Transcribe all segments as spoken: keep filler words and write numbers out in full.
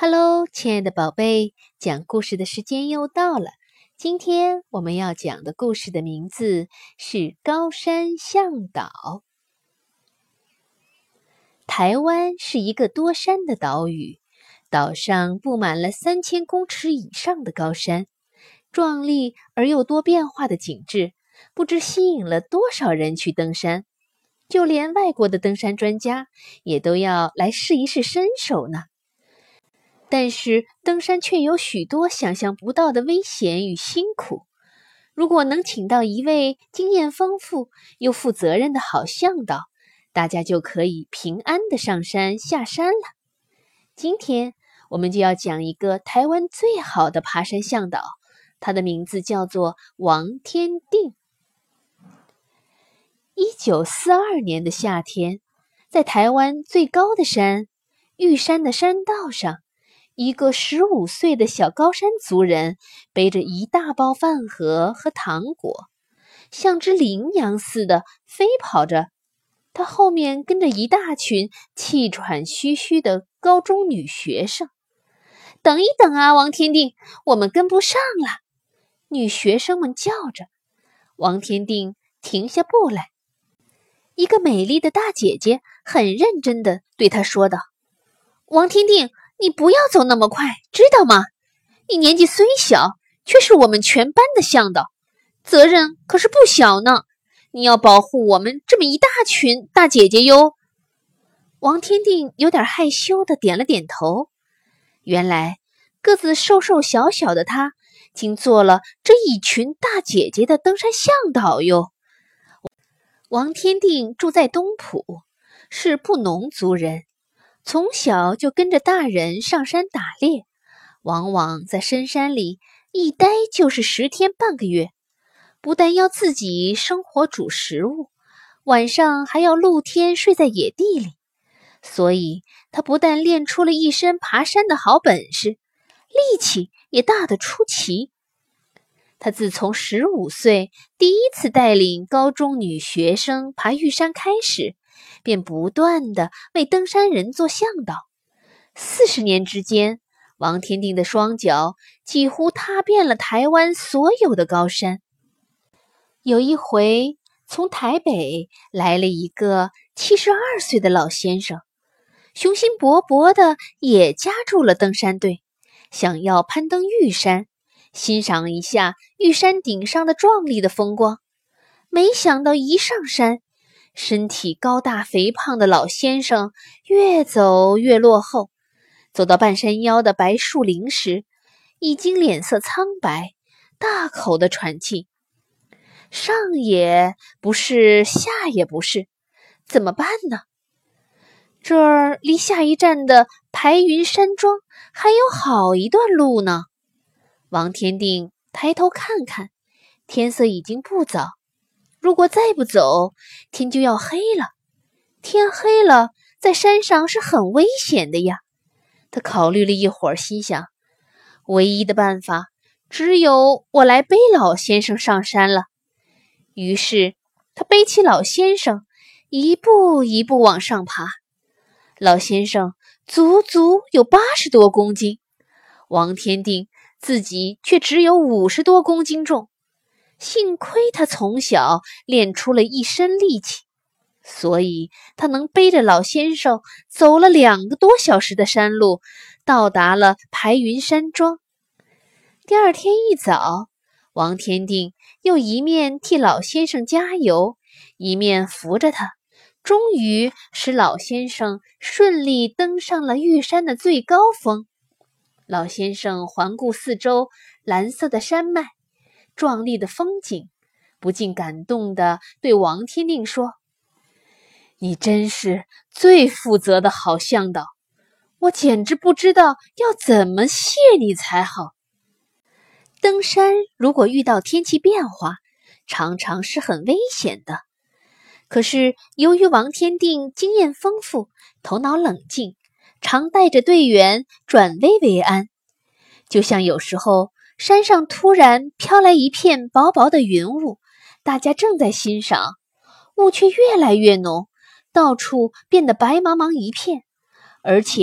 Hello， 亲爱的宝贝，讲故事的时间又到了。今天我们要讲的故事的名字是高山向导。台湾是一个多山的岛屿，岛上布满了三千公尺以上的高山，壮丽而又多变化的景致，不知吸引了多少人去登山。就连外国的登山专家也都要来试一试身手呢。但是登山却有许多想象不到的危险与辛苦。如果能请到一位经验丰富又负责任的好向导，大家就可以平安地上山下山了。今天我们就要讲一个台湾最好的爬山向导，他的名字叫做王天定。一九四二年的夏天，在台湾最高的山玉山的山道上，一个十五岁的小高山族人背着一大包饭盒和糖果，像只羚羊似的飞跑着。他后面跟着一大群气喘吁吁的高中女学生。等一等啊，王天定，我们跟不上了！女学生们叫着。王天定停下步来。一个美丽的大姐姐很认真地对他说道：王天定，你不要走那么快，知道吗？你年纪虽小，却是我们全班的向导，责任可是不小呢。你要保护我们这么一大群大姐姐哟。王天定有点害羞地点了点头。原来个子瘦瘦小小的他，竟做了这一群大姐姐的登山向导哟。王天定住在东埔，是布农族人。从小就跟着大人上山打猎，往往在深山里一待就是十天半个月，不但要自己生火煮食物，晚上还要露天睡在野地里，所以他不但练出了一身爬山的好本事，力气也大得出奇。他自从十五岁第一次带领高中女学生爬玉山开始，便不断地为登山人做向导。四十年之间，王天定的双脚几乎踏遍了台湾所有的高山。有一回，从台北来了一个七十二岁的老先生，雄心勃勃地也加入了登山队，想要攀登玉山，欣赏一下玉山顶上的壮丽的风光。没想到一上山，身体高大肥胖的老先生越走越落后，走到半山腰的白树林时，已经脸色苍白，大口的喘气。上也不是，下也不是，怎么办呢？这儿离下一站的排云山庄还有好一段路呢。王天定抬头看看，天色已经不早，如果再不走，天就要黑了。天黑了，在山上是很危险的呀。他考虑了一会儿，心想，唯一的办法只有我来背老先生上山了。于是他背起老先生，一步一步往上爬。老先生足足有八十多公斤，王天定自己却只有五十多公斤重。幸亏他从小练出了一身力气，所以他能背着老先生走了两个多小时的山路，到达了排云山庄。第二天一早，王天定又一面替老先生加油，一面扶着他，终于使老先生顺利登上了玉山的最高峰。老先生环顾四周蓝色的山脉，壮丽的风景，不禁感动地对王天定说：你真是最负责的好向导，我简直不知道要怎么谢你才好。登山如果遇到天气变化，常常是很危险的。可是由于王天定经验丰富，头脑冷静，常带着队员转危为安。就像有时候山上突然飘来一片薄薄的云雾，大家正在欣赏，雾却越来越浓，到处变得白茫茫一片，而且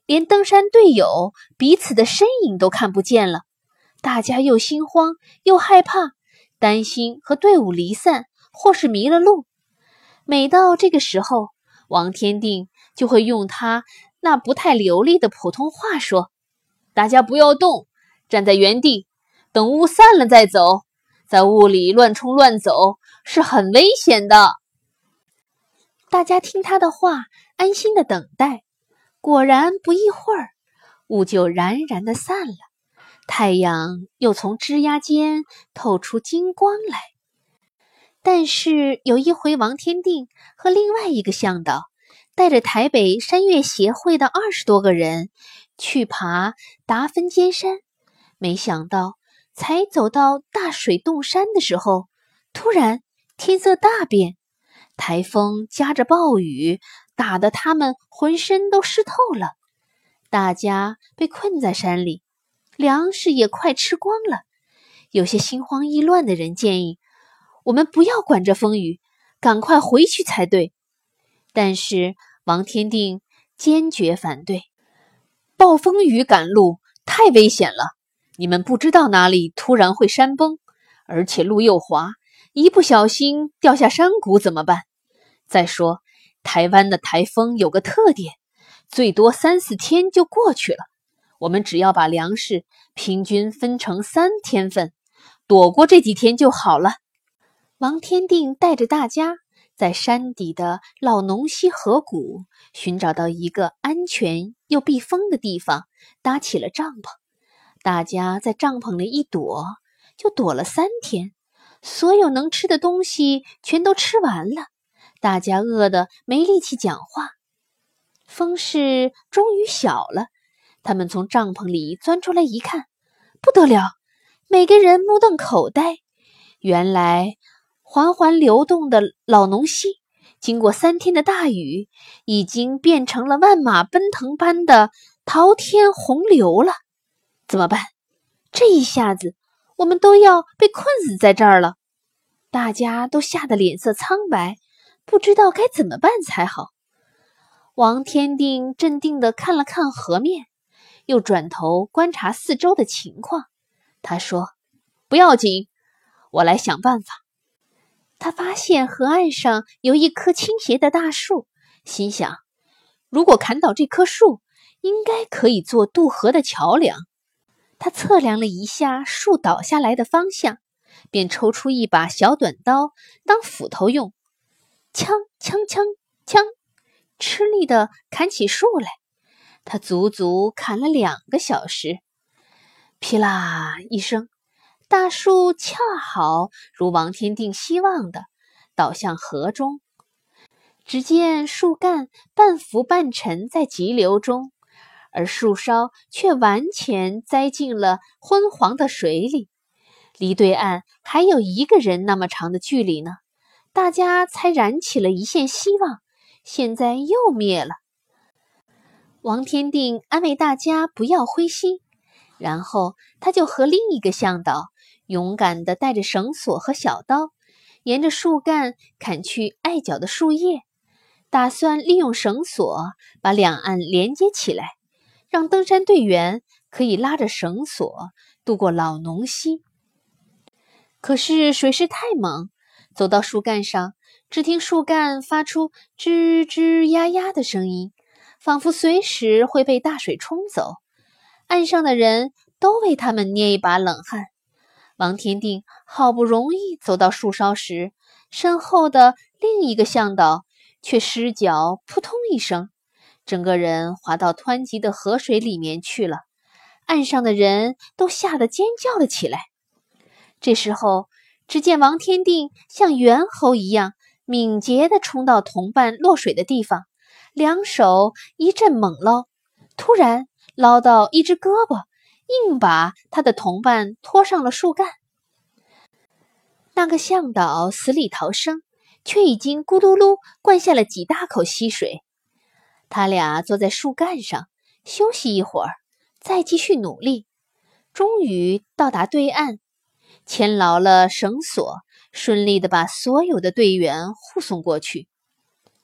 连登山队友彼此的身影都看不见了。大家又心慌又害怕，担心和队伍离散，或是迷了路。每到这个时候，王天定就会用他那不太流利的普通话说：“大家不要动，站在原地，等雾散了再走。在雾里乱冲乱走是很危险的。”大家听他的话，安心的等待。果然不一会儿，雾就冉冉的散了，太阳又从枝桠间透出金光来。但是有一回，王天定和另外一个向导带着台北山岳协会的二十多个人去爬达芬尖山，没想到才走到大水洞山的时候，突然天色大变，台风夹着暴雨，打得他们浑身都湿透了。大家被困在山里，粮食也快吃光了。有些心慌意乱的人建议，我们不要管这风雨，赶快回去才对。但是王天定坚决反对，暴风雨赶路太危险了，你们不知道哪里突然会山崩，而且路又滑，一不小心掉下山谷怎么办？再说台湾的台风有个特点，最多三四天就过去了，我们只要把粮食平均分成三天份，躲过这几天就好了。王天定带着大家在山底的老农溪河谷寻找到一个安全又避风的地方，搭起了帐篷。大家在帐篷里一躲就躲了三天，所有能吃的东西全都吃完了，大家饿得没力气讲话。风势终于小了，他们从帐篷里钻出来一看，不得了，每个人目瞪口呆。原来缓缓流动的老农溪，经过三天的大雨，已经变成了万马奔腾般的滔天洪流了。怎么办？这一下子我们都要被困死在这儿了。大家都吓得脸色苍白，不知道该怎么办才好。王天定镇定地看了看河面，又转头观察四周的情况。他说：“不要紧，我来想办法。”他发现河岸上有一棵倾斜的大树，心想，如果砍倒这棵树，应该可以做渡河的桥梁。他测量了一下树倒下来的方向，便抽出一把小短刀当斧头用，锵锵锵锵，吃力地砍起树来。他足足砍了两个小时。噼啦一声，大树恰好如王天定希望的倒向河中。只见树干半浮半沉在急流中，而树梢却完全栽进了昏黄的水里，离对岸还有一个人那么长的距离呢。大家才燃起了一线希望，现在又灭了。王天定安慰大家不要灰心，然后他就和另一个向导勇敢地带着绳索和小刀，沿着树干砍去碍脚的树叶，打算利用绳索把两岸连接起来，让登山队员可以拉着绳索渡过老农溪。可是水势太猛，走到树干上，只听树干发出吱吱呀呀的声音，仿佛随时会被大水冲走。岸上的人都为他们捏一把冷汗。王天定好不容易走到树梢时，身后的另一个向导却失脚扑通一声，整个人滑到湍急的河水里面去了。岸上的人都吓得尖叫了起来。这时候，只见王天定像猿猴一样敏捷地冲到同伴落水的地方，两手一阵猛捞，突然捞到一只胳膊，硬把他的同伴拖上了树干。那个向导死里逃生，却已经咕嘟噜灌下了几大口溪水。他俩坐在树干上休息一会儿，再继续努力。终于到达对岸，牵牢了绳索，顺利地把所有的队员护送过去。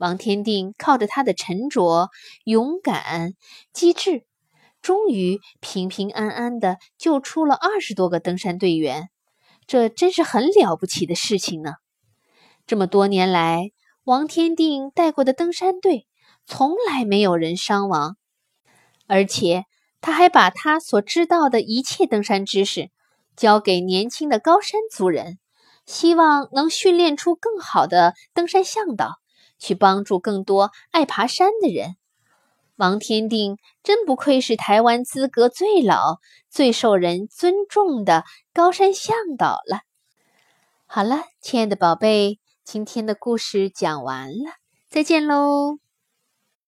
王天定靠着他的沉着、勇敢、机智，终于平平安安地救出了二十多个登山队员，这真是很了不起的事情呢。这么多年来，王天定带过的登山队从来没有人伤亡，而且他还把他所知道的一切登山知识交给年轻的高山族人，希望能训练出更好的登山向导，去帮助更多爱爬山的人。王天定真不愧是台湾资格最老、最受人尊重的高山向导了。好了，亲爱的宝贝，今天的故事讲完了，再见喽。